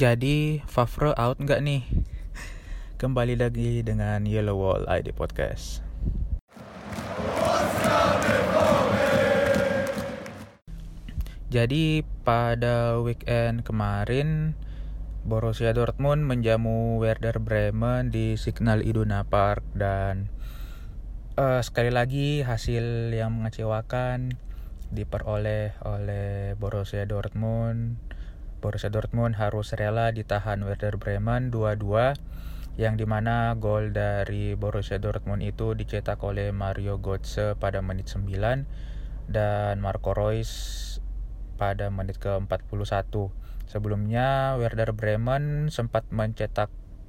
Jadi, Favre out nggak nih? Kembali lagi dengan Yellow Wall ID Podcast. Jadi, pada weekend kemarin, Borussia Dortmund menjamu Werder Bremen di Signal Iduna Park dan sekali lagi hasil yang mengecewakan diperoleh oleh Borussia Dortmund. Borussia Dortmund harus rela ditahan Werder Bremen 2-2, yang dimana gol dari Borussia Dortmund itu dicetak oleh Mario Götze pada menit 9 dan Marco Reus pada menit ke-41. Sebelumnya Werder Bremen sempat mencetak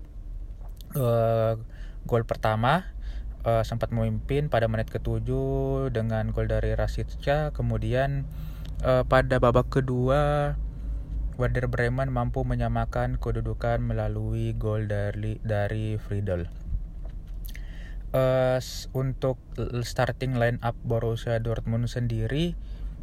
gol pertama, sempat memimpin pada menit ke-7 dengan gol dari Rashica. Kemudian pada babak kedua Werder Bremen mampu menyamakan kedudukan melalui gol dari Friedel. Untuk starting line up Borussia Dortmund sendiri,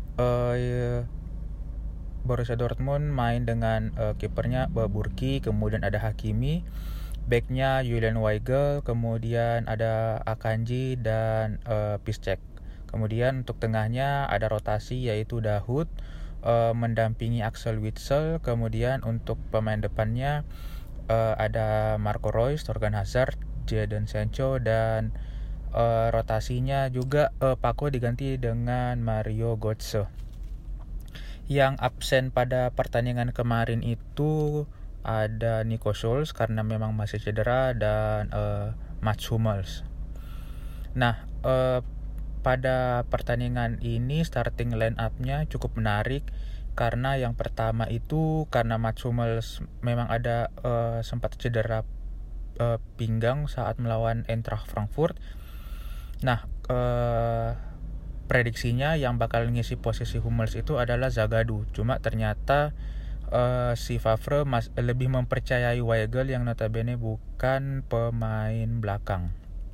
Borussia Dortmund main dengan kipernya Burki, kemudian ada Hakimi, backnya Julian Weigl, kemudian ada Akanji dan Piszczek. Kemudian untuk tengahnya ada rotasi yaitu Dahoud mendampingi Axel Witsel. Kemudian untuk pemain depannya ada Marco Reus, Thorgan Hazard, Jadon Sancho, dan rotasinya juga Paco diganti dengan Mario Götze. Yang absen pada pertandingan kemarin itu ada Nico Schulz karena memang masih cedera dan Mats Hummels. Nah, pada pertandingan ini starting line up-nya cukup menarik karena yang pertama itu karena Mats Hummels memang ada sempat cedera pinggang saat melawan Eintracht Frankfurt. Nah, prediksinya yang bakal ngisi posisi Hummels itu adalah Zagadou. Cuma ternyata si Favre lebih mempercayai Weigl yang notabene bukan pemain belakang.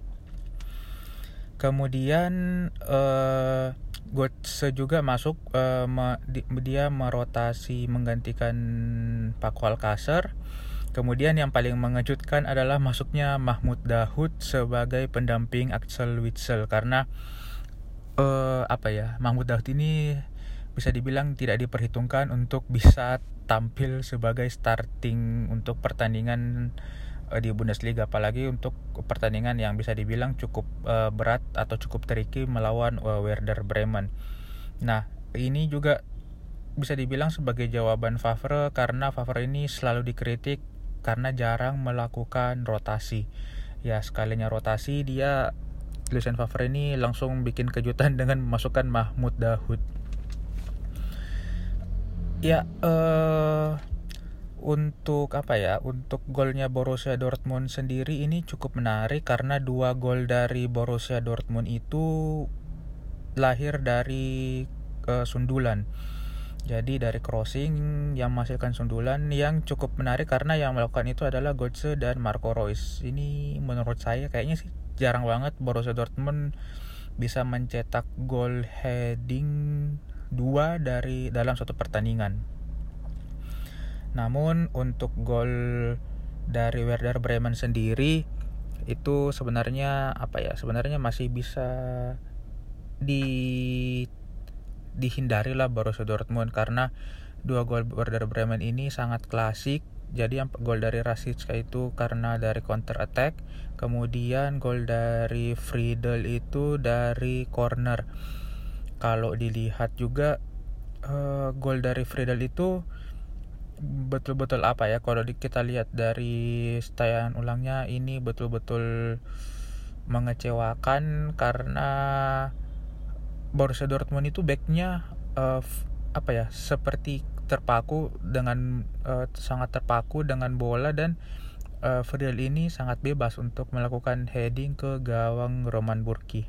Kemudian Götze juga masuk, dia merotasi menggantikan Paco Alcacer. Kemudian yang paling mengejutkan adalah masuknya Mahmoud Dahoud sebagai pendamping Axel Witsel karena Mahmoud Dahoud ini bisa dibilang tidak diperhitungkan untuk bisa tampil sebagai starting untuk pertandingan di Bundesliga, apalagi untuk pertandingan yang bisa dibilang cukup berat atau cukup tricky melawan Werder Bremen. Nah, ini juga bisa dibilang sebagai jawaban Favre karena Favre ini selalu dikritik karena jarang melakukan rotasi. Ya, sekalinya rotasi dia Lucien Favre ini langsung bikin kejutan dengan memasukkan Mahmoud Dahoud. Ya, untuk golnya Borussia Dortmund sendiri ini cukup menarik karena 2 gol dari Borussia Dortmund itu lahir dari sundulan. Jadi dari crossing yang menghasilkan sundulan yang cukup menarik karena yang melakukan itu adalah Götze dan Marco Reus. Ini menurut saya kayaknya sih jarang banget Borussia Dortmund bisa mencetak gol heading 2 dalam satu pertandingan. Namun untuk gol dari Werder Bremen sendiri itu sebenarnya masih bisa dihindari lah Borussia Dortmund karena 2 gol Werder Bremen ini sangat klasik. Jadi yang gol dari Rashica itu karena dari counter attack, kemudian gol dari Friedel itu dari corner. Kalau dilihat juga gol dari Friedel itu betul-betul kalau kita lihat dari tayangan ulangnya ini betul-betul mengecewakan karena Borussia Dortmund itu backnya seperti sangat terpaku dengan bola dan Friedel ini sangat bebas untuk melakukan heading ke gawang Roman Burki.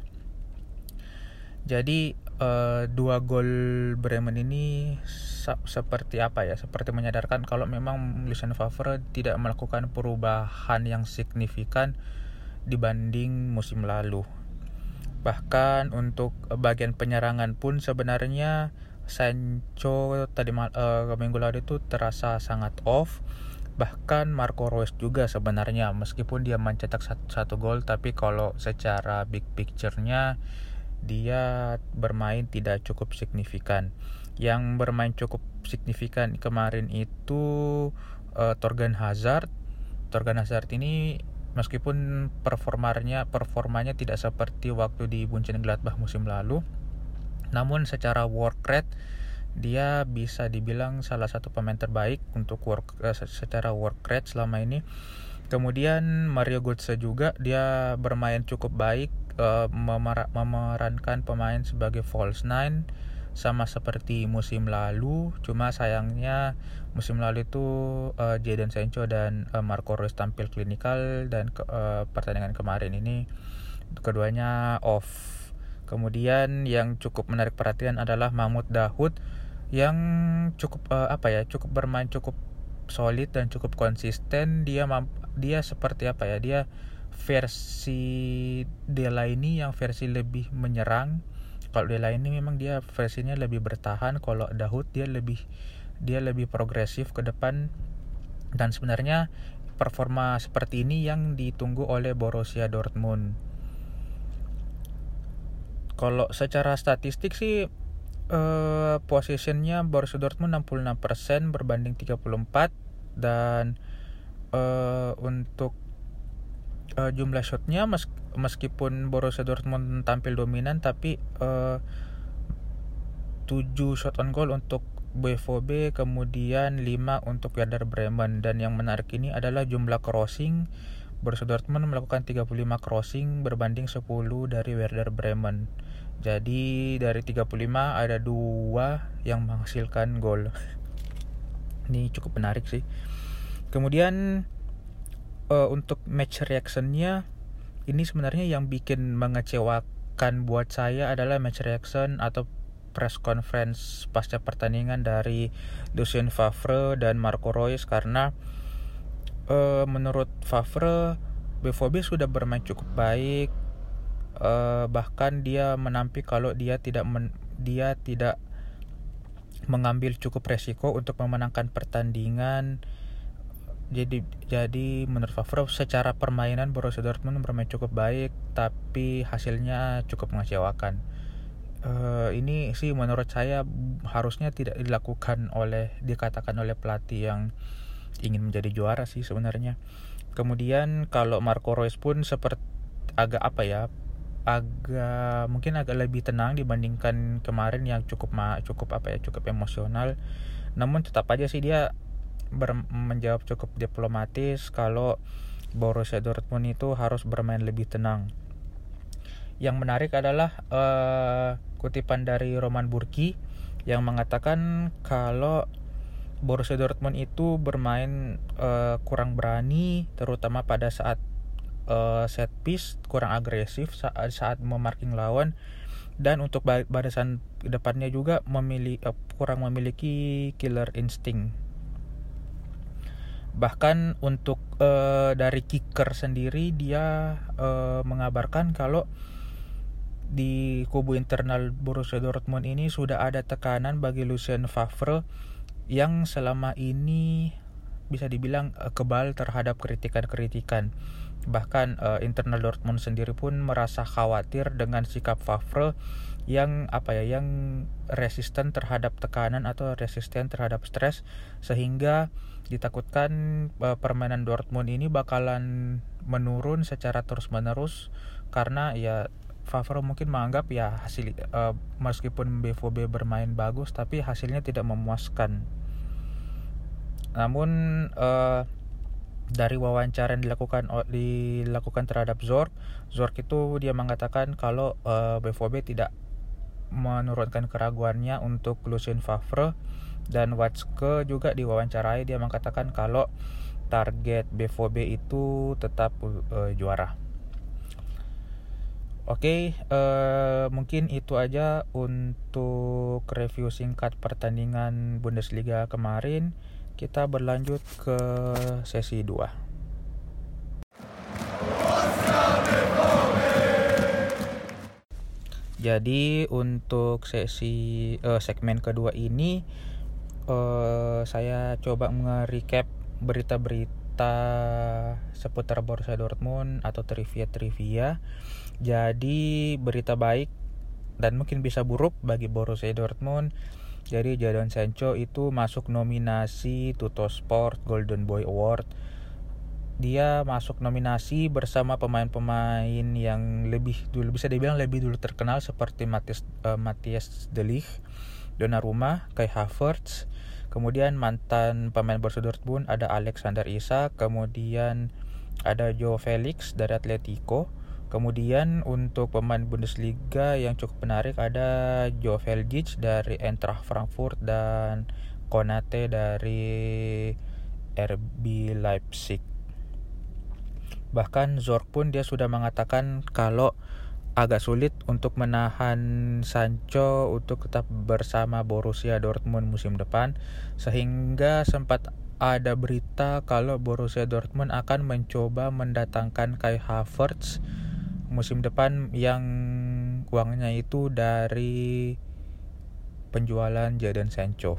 Jadi 2 gol Bremen ini seperti menyadarkan kalau memang Lucien Favre tidak melakukan perubahan yang signifikan dibanding musim lalu. Bahkan untuk bagian penyerangan pun sebenarnya Sancho minggu lalu itu terasa sangat off, Bahkan Marco Reus juga sebenarnya, meskipun dia mencetak satu gol, tapi kalau secara big picture-nya dia bermain tidak cukup signifikan. Yang bermain cukup signifikan kemarin itu Torgan Hazard. Torgan Hazard ini meskipun performanya tidak seperti waktu di Mönchengladbach musim lalu, namun secara work rate dia bisa dibilang salah satu pemain terbaik untuk secara work rate selama ini. Kemudian Mario Götze juga, dia bermain cukup baik, memerankan pemain sebagai false nine sama seperti musim lalu. Cuma sayangnya musim lalu itu Jadon Sancho dan Marco Reus tampil klinikal, dan pertandingan kemarin ini keduanya off. Kemudian yang cukup menarik perhatian adalah Mahmud Dahoud yang cukup cukup bermain cukup solid dan cukup konsisten. Dia seperti dia versi Delaney yang versi lebih menyerang. Kalau Delaney memang dia versinya lebih bertahan, kalau Dahoud dia lebih progresif ke depan, dan sebenarnya performa seperti ini yang ditunggu oleh Borussia Dortmund. Kalau secara statistik sih possessionnya Borussia Dortmund 66% berbanding 34, dan untuk jumlah shotnya meskipun Borussia Dortmund tampil dominan, tapi 7 shot on goal untuk BVB, kemudian 5 untuk Werder Bremen. Dan yang menarik ini adalah jumlah crossing. Borussia Dortmund melakukan 35 crossing berbanding 10 dari Werder Bremen. Jadi dari 35 ada 2 yang menghasilkan gol. Ini cukup menarik sih. Kemudian untuk match reaction-nya, ini sebenarnya yang bikin mengecewakan buat saya adalah match reaction atau press conference pasca pertandingan dari Lucien Favre dan Marco Reus, karena menurut Favre BVB sudah bermain cukup baik, bahkan dia menampik kalau dia tidak mengambil cukup resiko untuk memenangkan pertandingan. Jadi menurut Favre secara permainan Borussia Dortmund bermain cukup baik, tapi hasilnya cukup mengecewakan. Ini sih menurut saya harusnya tidak dikatakan oleh pelatih yang ingin menjadi juara sih sebenarnya. Kemudian kalau Marco Reus pun seperti mungkin agak lebih tenang dibandingkan kemarin yang cukup emosional. Namun tetap aja sih dia menjawab cukup diplomatis kalau Borussia Dortmund itu harus bermain lebih tenang. Yang menarik adalah kutipan dari Roman Burki yang mengatakan kalau Borussia Dortmund itu bermain kurang berani, terutama pada saat set piece, kurang agresif saat memarking lawan, dan untuk barisan depannya juga kurang memiliki killer instinct. Bahkan untuk dari kicker sendiri, dia mengabarkan kalau di kubu internal Borussia Dortmund ini sudah ada tekanan bagi Lucien Favre yang selama ini bisa dibilang kebal terhadap kritikan-kritikan. Bahkan internal Dortmund sendiri pun merasa khawatir dengan sikap Favre yang resisten terhadap tekanan atau resisten terhadap stres, sehingga ditakutkan permainan Dortmund ini bakalan menurun secara terus-menerus, karena ya Favre mungkin menganggap meskipun BVB bermain bagus tapi hasilnya tidak memuaskan. Namun dari wawancara yang dilakukan terhadap Zorc itu dia mengatakan kalau BVB tidak menurunkan keraguannya untuk Lucien Favre, dan Watzke juga diwawancarai, dia mengatakan kalau target BVB itu tetap juara. Oke, mungkin itu aja untuk review singkat pertandingan Bundesliga kemarin. Kita berlanjut ke sesi 2. Jadi untuk segmen kedua ini saya coba nge-recap berita-berita seputar Borussia Dortmund atau trivia-trivia. Jadi berita baik dan mungkin bisa buruk bagi Borussia Dortmund. Jadi Jadon Sancho itu masuk nominasi Tuttosport Golden Boy Award. Dia masuk nominasi bersama pemain-pemain yang lebih dulu, bisa dibilang lebih dulu terkenal, seperti Matthias de Ligt, Donnarumma, Kai Havertz. Kemudian mantan pemain Borussia Dortmund ada Alexander Isak, kemudian ada Joao Felix dari Atletico. Kemudian untuk pemain Bundesliga yang cukup menarik ada Joao Felix dari Eintracht Frankfurt dan Konate dari RB Leipzig. Bahkan Zorc pun dia sudah mengatakan kalau agak sulit untuk menahan Sancho untuk tetap bersama Borussia Dortmund musim depan, sehingga sempat ada berita kalau Borussia Dortmund akan mencoba mendatangkan Kai Havertz musim depan yang uangnya itu dari penjualan Jadon Sancho.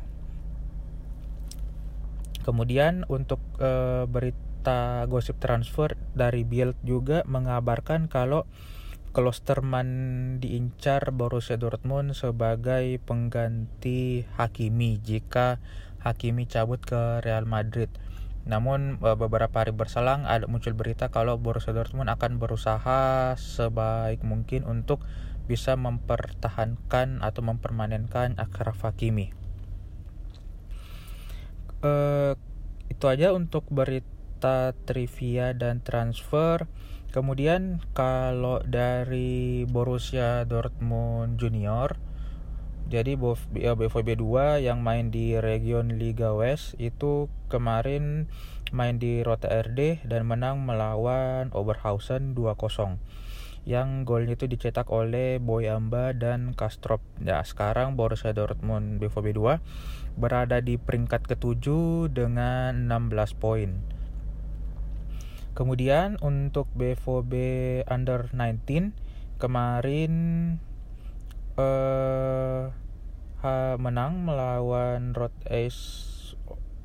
Kemudian untuk berita gosip transfer dari Bild juga mengabarkan kalau Klosterman diincar Borussia Dortmund sebagai pengganti Hakimi jika Hakimi cabut ke Real Madrid. Namun beberapa hari berselang ada muncul berita kalau Borussia Dortmund akan berusaha sebaik mungkin untuk bisa mempertahankan atau mempermanenkan Achraf Hakimi. Itu aja untuk berita trivia dan transfer. Kemudian kalau dari Borussia Dortmund Junior, jadi BVB 2 yang main di Region Liga West itu kemarin main di Rote RD dan menang melawan Oberhausen 2-0. Yang golnya itu dicetak oleh Boy Amba dan Kastrop. Ya, sekarang Borussia Dortmund BVB 2 berada di peringkat ke-7 dengan 16 poin. Kemudian untuk BVB Under 19 kemarin menang melawan Roth Ace.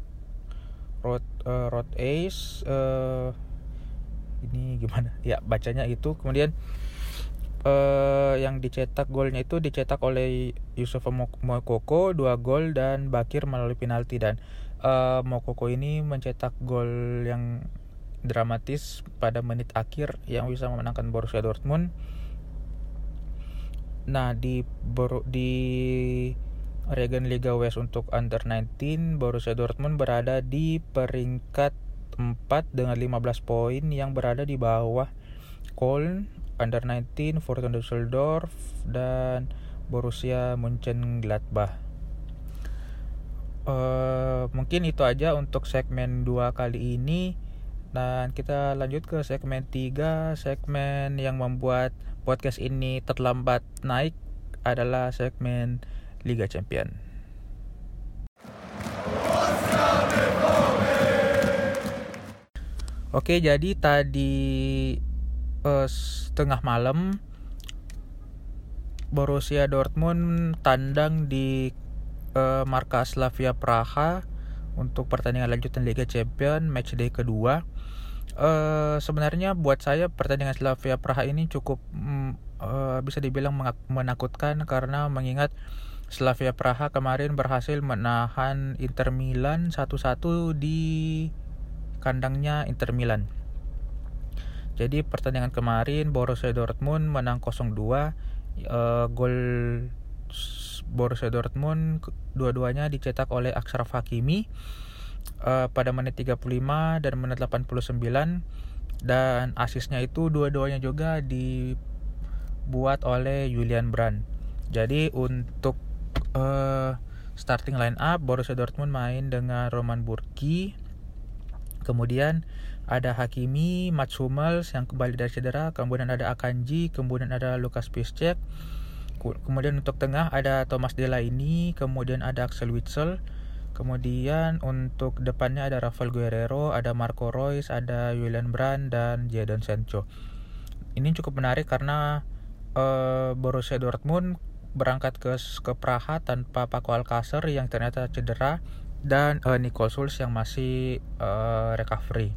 Ini gimana? Ya, bacanya itu. Kemudian yang dicetak golnya itu dicetak oleh Yusuf Moukoko 2 gol dan Bakir melalui penalti, dan Moukoko ini mencetak gol yang dramatis pada menit akhir yang bisa memenangkan Borussia Dortmund. Nah, di Region Liga West untuk Under 19 Borussia Dortmund berada di peringkat 4 dengan 15 poin yang berada di bawah Köln, Under 19, Fortuna Düsseldorf dan Borussia Mönchengladbach. Mungkin itu aja untuk segmen 2 kali ini. Dan kita lanjut ke segmen 3. Segmen yang membuat podcast ini terlambat naik adalah segmen Liga Champion. Oke, jadi tadi setengah malam Borussia Dortmund tandang di markas Slavia Praha untuk pertandingan lanjutan Liga Champion matchday kedua. Sebenarnya buat saya pertandingan Slavia Praha ini cukup bisa dibilang menakutkan, karena mengingat Slavia Praha kemarin berhasil menahan Inter Milan 1-1 di kandangnya Inter Milan. Jadi pertandingan kemarin Borussia Dortmund menang 0-2. Gol Borussia Dortmund dua-duanya dicetak oleh Achraf Hakimi pada menit 35 dan menit 89, dan asisnya itu dua-duanya juga dibuat oleh Julian Brandt. Jadi untuk starting line up Borussia Dortmund main dengan Roman Bürki, kemudian ada Hakimi, Mats Hummels yang kembali dari cedera, kemudian ada Akanji, kemudian ada Lukas Piszczek. Kemudian untuk tengah ada Thomas Delaney, kemudian ada Axel Witsel. Kemudian untuk depannya ada Rafael Guerreiro, ada Marco Reus, ada Julian Brandt dan Jadon Sancho. Ini cukup menarik karena Borussia Dortmund berangkat ke Praha tanpa Paco Alcacer yang ternyata cedera, dan Nico Schulz yang masih recovery.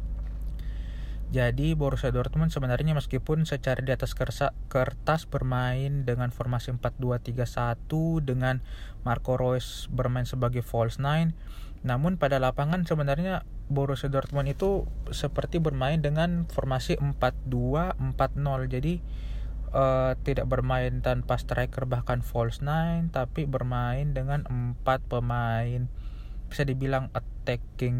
Jadi Borussia Dortmund sebenarnya meskipun secara di atas kertas bermain dengan formasi 4-2-3-1 dengan Marco Reus bermain sebagai false nine, namun pada lapangan sebenarnya Borussia Dortmund itu seperti bermain dengan formasi 4-2-4-0. Jadi tidak bermain tanpa striker bahkan false nine, tapi bermain dengan 4 pemain bisa dibilang attacking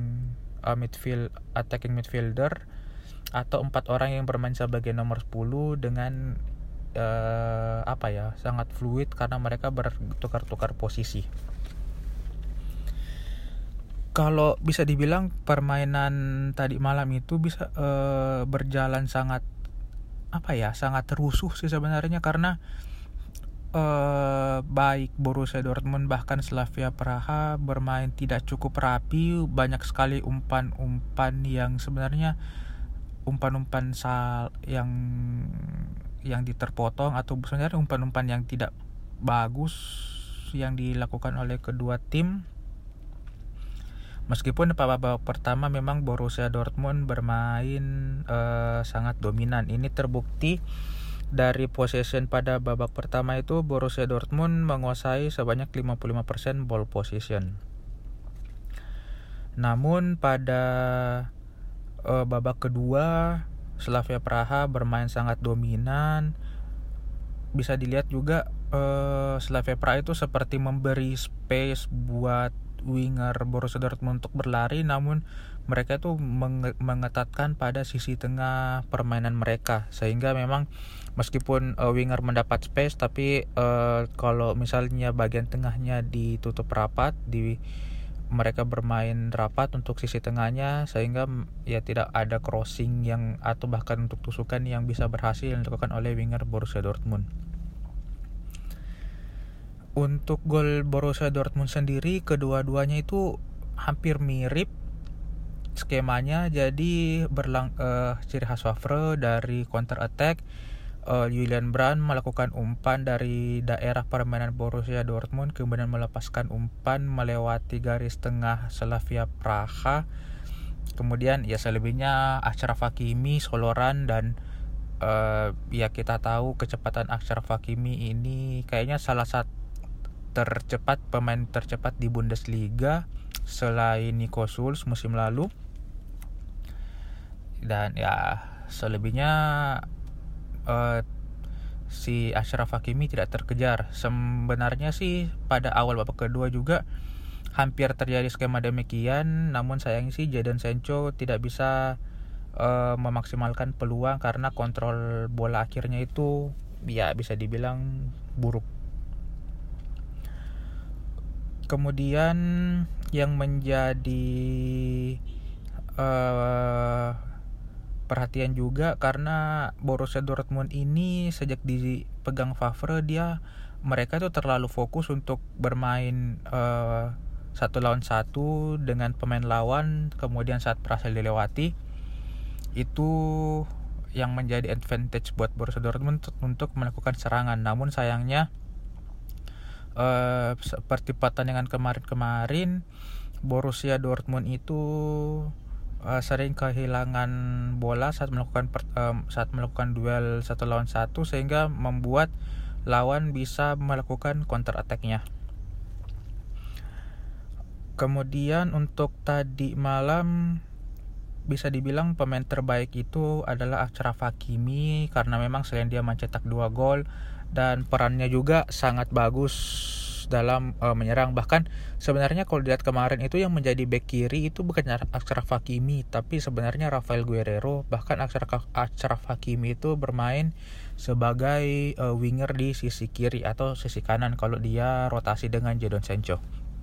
midfielder atau 4 orang yang bermain sebagai nomor 10 dengan sangat fluid karena mereka bertukar-tukar posisi. Kalau bisa dibilang permainan tadi malam itu bisa berjalan sangat rusuh sih sebenarnya, karena baik Borussia Dortmund bahkan Slavia Praha bermain tidak cukup rapi. Banyak sekali umpan-umpan yang sebenarnya umpan-umpan yang diterpotong, atau sebenarnya umpan-umpan yang tidak bagus yang dilakukan oleh kedua tim. Meskipun pada babak pertama memang Borussia Dortmund bermain sangat dominan. Ini terbukti dari possession pada babak pertama itu Borussia Dortmund menguasai sebanyak 55% ball possession. Namun pada babak kedua Slavia Praha bermain sangat dominan. Bisa dilihat juga Slavia Praha itu seperti memberi space buat winger Borussia Dortmund untuk berlari, namun mereka itu mengetatkan pada sisi tengah permainan mereka, sehingga memang meskipun winger mendapat space, tapi kalau misalnya bagian tengahnya ditutup rapat, mereka bermain rapat untuk sisi tengahnya, sehingga ya tidak ada crossing yang atau bahkan untuk tusukan yang bisa berhasil dilakukan oleh winger Borussia Dortmund. Untuk gol Borussia Dortmund sendiri, kedua-duanya itu hampir mirip skemanya. Jadi ciri khas Favre dari counter attack, Julian Brandt melakukan umpan dari daerah permainan Borussia Dortmund, kemudian melepaskan umpan melewati garis tengah Slavia Praha. Kemudian ya selebihnya Achraf Hakimi soloran, dan ya kita tahu kecepatan Achraf Hakimi ini kayaknya salah satu pemain tercepat di Bundesliga selain Nico Schulz musim lalu. Dan ya selebihnya si Achraf Hakimi tidak terkejar. Sebenarnya sih pada awal babak kedua juga hampir terjadi skema demikian, namun sayangnya sih Jadon Sancho tidak bisa memaksimalkan peluang karena kontrol bola akhirnya itu ya bisa dibilang buruk. Kemudian yang menjadi perhatian juga karena Borussia Dortmund ini sejak dipegang Favre mereka tuh terlalu fokus untuk bermain 1 lawan 1 dengan pemain lawan, kemudian saat berhasil dilewati itu yang menjadi advantage buat Borussia Dortmund untuk melakukan serangan. Namun sayangnya seperti pertandingan kemarin Borussia Dortmund itu sering kehilangan bola saat melakukan duel 1 lawan 1, sehingga membuat lawan bisa melakukan counter attack-nya. Kemudian untuk tadi malam bisa dibilang pemain terbaik itu adalah Achraf Hakimi, karena memang selain dia mencetak 2 gol dan perannya juga sangat bagus dalam menyerang. Bahkan sebenarnya kalau dilihat kemarin itu yang menjadi bek kiri itu bukan Achraf Hakimi, tapi sebenarnya Rafael Guerreiro. Bahkan Achraf Hakimi itu bermain sebagai winger di sisi kiri atau sisi kanan kalau dia rotasi dengan Jadon Sancho.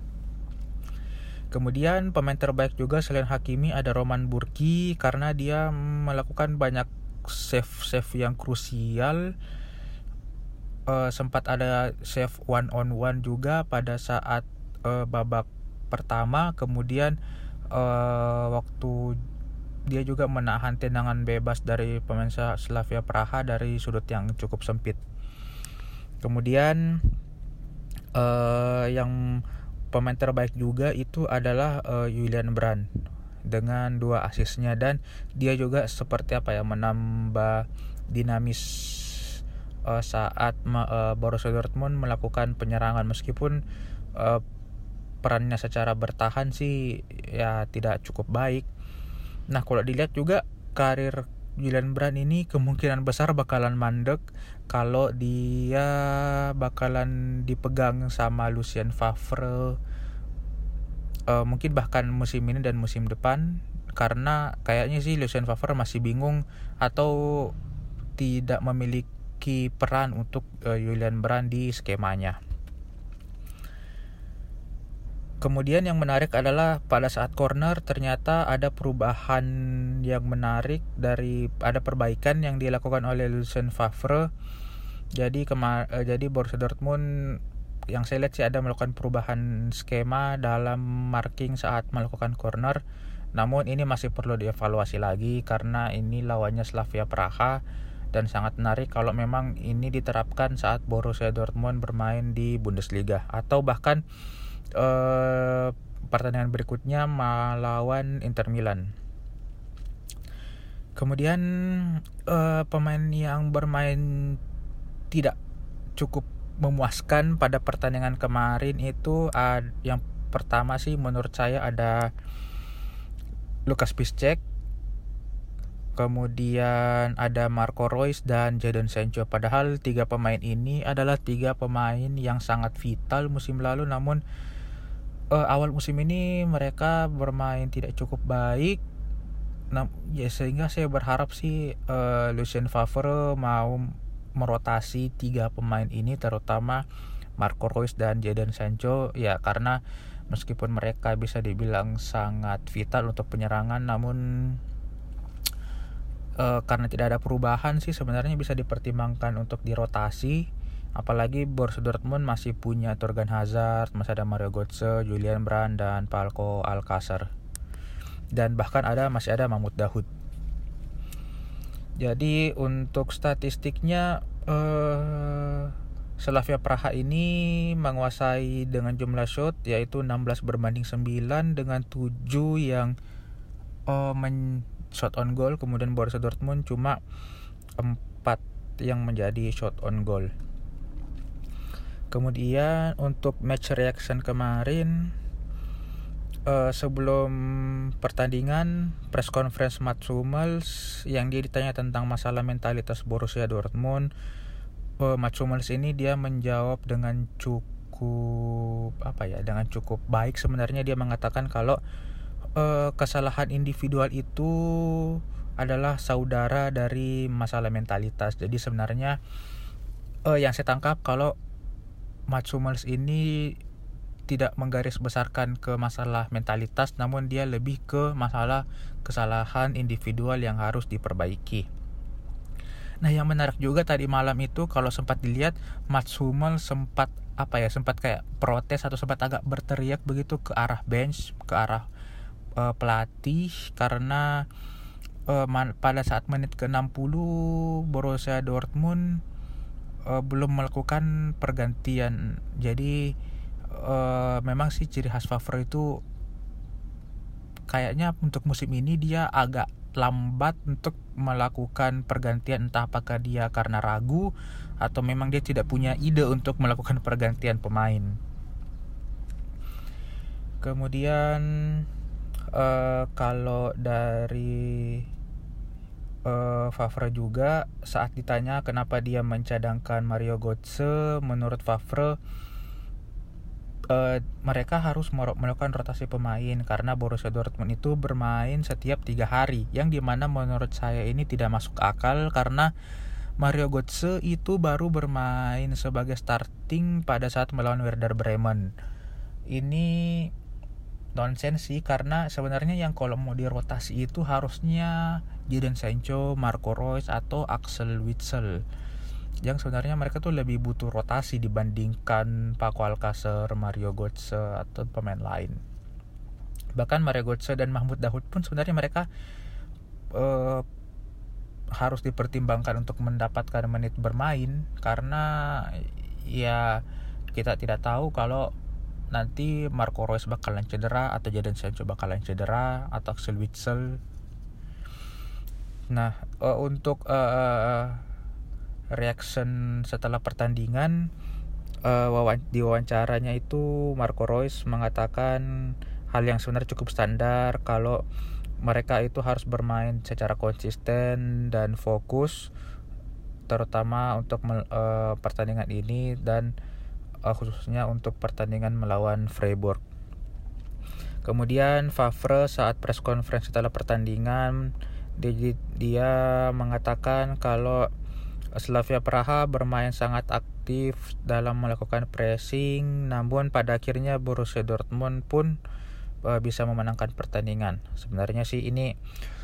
Kemudian pemain terbaik juga selain Hakimi ada Roman Bürki, karena dia melakukan banyak save yang krusial. Sempat ada save 1-on-1 juga pada saat babak pertama. Kemudian waktu dia juga menahan tendangan bebas dari pemain Slavia Praha dari sudut yang cukup sempit. Kemudian yang pemain terbaik juga itu adalah Julian Brandt dengan 2 asisnya, dan dia juga seperti menambah dinamis saat Borussia Dortmund melakukan penyerangan, meskipun perannya secara bertahan sih ya tidak cukup baik. Nah, kalau dilihat juga karir Julian Brandt ini kemungkinan besar bakalan mandek kalau dia bakalan dipegang sama Lucien Favre, mungkin bahkan musim ini dan musim depan, karena kayaknya sih Lucien Favre masih bingung atau tidak memiliki peran untuk Julian Brandt di skemanya. Kemudian yang menarik adalah pada saat corner ternyata ada perubahan yang menarik, ada perbaikan yang dilakukan oleh Lucien Favre. Jadi Borussia Dortmund yang saya lihat sih ada melakukan perubahan skema dalam marking saat melakukan corner. Namun ini masih perlu dievaluasi lagi karena ini lawannya Slavia Praha, dan sangat menarik kalau memang ini diterapkan saat Borussia Dortmund bermain di Bundesliga atau bahkan pertandingan berikutnya melawan Inter Milan. Kemudian pemain yang bermain tidak cukup memuaskan pada pertandingan kemarin itu yang pertama sih menurut saya ada Lukas Piszczek, kemudian ada Marco Reus dan Jadon Sancho. Padahal 3 pemain ini adalah 3 pemain yang sangat vital musim lalu, namun awal musim ini mereka bermain tidak cukup baik. Sehingga saya berharap sih Lucien Favre mau merotasi 3 pemain ini, terutama Marco Reus dan Jadon Sancho, ya karena meskipun mereka bisa dibilang sangat vital untuk penyerangan, namun karena tidak ada perubahan sih sebenarnya bisa dipertimbangkan untuk dirotasi. Apalagi Borussia Dortmund masih punya Thorgan Hazard, masih ada Mario Götze, Julian Brandt, dan Falco Alcacer. Dan bahkan masih ada Mahmoud Dahoud. Jadi untuk statistiknya Slavia Praha ini menguasai dengan jumlah shot yaitu 16 berbanding 9 dengan 7 yang shot on goal. Kemudian Borussia Dortmund cuma 4 yang menjadi shot on goal. Kemudian untuk match reaction kemarin, sebelum pertandingan press conference Mats Hummels yang dia ditanya tentang masalah mentalitas Borussia Dortmund, Mats Hummels ini dia menjawab dengan cukup baik. Sebenarnya dia mengatakan kalau kesalahan individual itu adalah saudara dari masalah mentalitas. Jadi sebenarnya yang saya tangkap kalau Mats Hummels ini tidak menggarisbesarkan ke masalah mentalitas, namun dia lebih ke masalah kesalahan individual yang harus diperbaiki. Nah, yang menarik juga tadi malam itu kalau sempat dilihat Mats Hummels sempat kayak protes atau sempat agak berteriak begitu ke arah bench, ke arah pelatih, karena pada saat menit ke-60 Borussia Dortmund belum melakukan pergantian. Jadi memang sih ciri khas Favre itu kayaknya untuk musim ini dia agak lambat untuk melakukan pergantian, entah apakah dia karena ragu atau memang dia tidak punya ide untuk melakukan pergantian pemain. Kemudian kalau dari Favre juga saat ditanya kenapa dia mencadangkan Mario Götze, menurut Favre mereka harus melakukan rotasi pemain karena Borussia Dortmund itu bermain setiap 3 hari, yang dimana menurut saya ini tidak masuk akal karena Mario Götze itu baru bermain sebagai starting pada saat melawan Werder Bremen. Ini nonsense sih, karena sebenarnya yang kalau mau dirotasi itu harusnya Jadon Sancho, Marco Reus atau Axel Witsel, yang sebenarnya mereka tuh lebih butuh rotasi dibandingkan Falco Alcacer, Mario Götze atau pemain lain. Bahkan Mario Götze dan Mahmoud Dahoud pun sebenarnya mereka harus dipertimbangkan untuk mendapatkan menit bermain, karena ya kita tidak tahu kalau nanti Marco Reus bakalan cedera atau Jadon Sancho bakalan cedera atau Axel Witsel. Nah, untuk reaction setelah pertandingan, di wawancaranya itu Marco Reus mengatakan hal yang sebenarnya cukup standar, kalau mereka itu harus bermain secara konsisten dan fokus, terutama untuk pertandingan ini dan khususnya untuk pertandingan melawan Freiburg. Kemudian Favre saat press conference setelah pertandingan, dia mengatakan kalau Slavia Praha bermain sangat aktif dalam melakukan pressing, namun pada akhirnya Borussia Dortmund pun bisa memenangkan pertandingan. Sebenarnya sih ini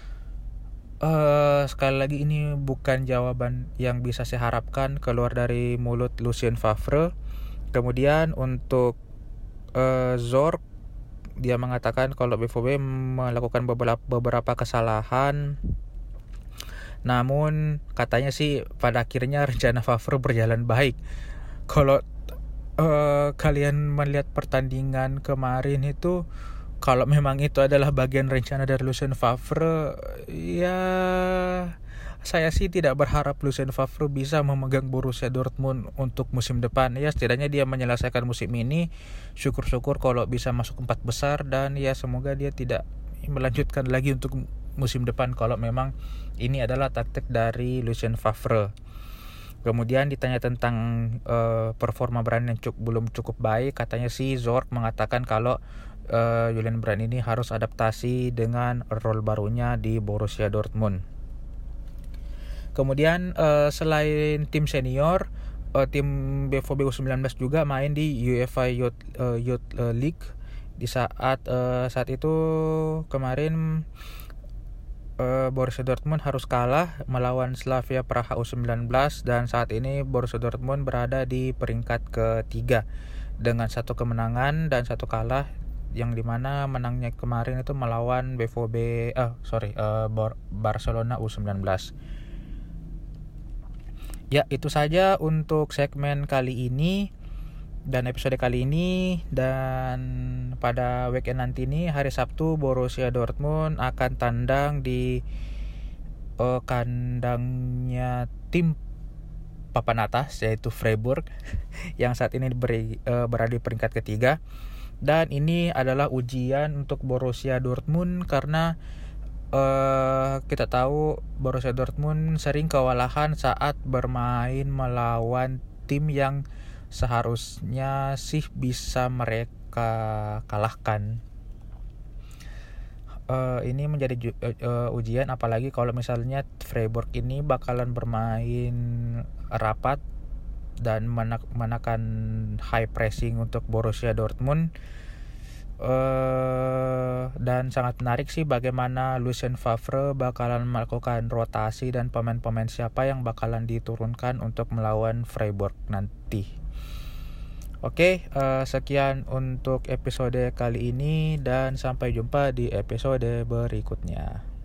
sekali lagi ini bukan jawaban yang bisa saya harapkan keluar dari mulut Lucien Favre. Kemudian untuk Zorc, dia mengatakan kalau BVB melakukan beberapa kesalahan, namun katanya sih pada akhirnya rencana Favre berjalan baik. Kalau kalian melihat pertandingan kemarin itu, kalau memang itu adalah bagian rencana dari Lucien Favre, ya saya sih tidak berharap Lucien Favre bisa memegang Borussia Dortmund untuk musim depan. Ya setidaknya dia menyelesaikan musim ini, syukur-syukur kalau bisa masuk 4 besar, dan ya semoga dia tidak melanjutkan lagi untuk musim depan kalau memang ini adalah taktik dari Lucien Favre. Kemudian ditanya tentang performa Brand yang belum cukup baik, katanya sih Zorc mengatakan kalau Julian Brandt ini harus adaptasi dengan role barunya di Borussia Dortmund. Kemudian selain tim senior, tim BVB U19 juga main di UEFA Youth League. Di saat itu kemarin Borussia Dortmund harus kalah melawan Slavia Praha U19, dan saat ini Borussia Dortmund berada di peringkat ketiga dengan 1 kemenangan dan 1 kalah, yang dimana menangnya kemarin itu melawan Barcelona U19. Ya, itu saja untuk segmen kali ini dan episode kali ini. Dan pada weekend nanti ini, hari Sabtu, Borussia Dortmund akan tandang di kandangnya tim papan atas, yaitu Freiburg yang saat ini berada di peringkat ketiga. Dan ini adalah ujian untuk Borussia Dortmund karena kita tahu Borussia Dortmund sering kewalahan saat bermain melawan tim yang seharusnya sih bisa mereka kalahkan. Ini menjadi ujian, apalagi kalau misalnya Freiburg ini bakalan bermain rapat dan menekan high pressing untuk Borussia Dortmund. Dan sangat menarik sih bagaimana Lucien Favre bakalan melakukan rotasi dan pemain-pemain siapa yang bakalan diturunkan untuk melawan Freiburg nanti. Oke, sekian untuk episode kali ini dan sampai jumpa di episode berikutnya.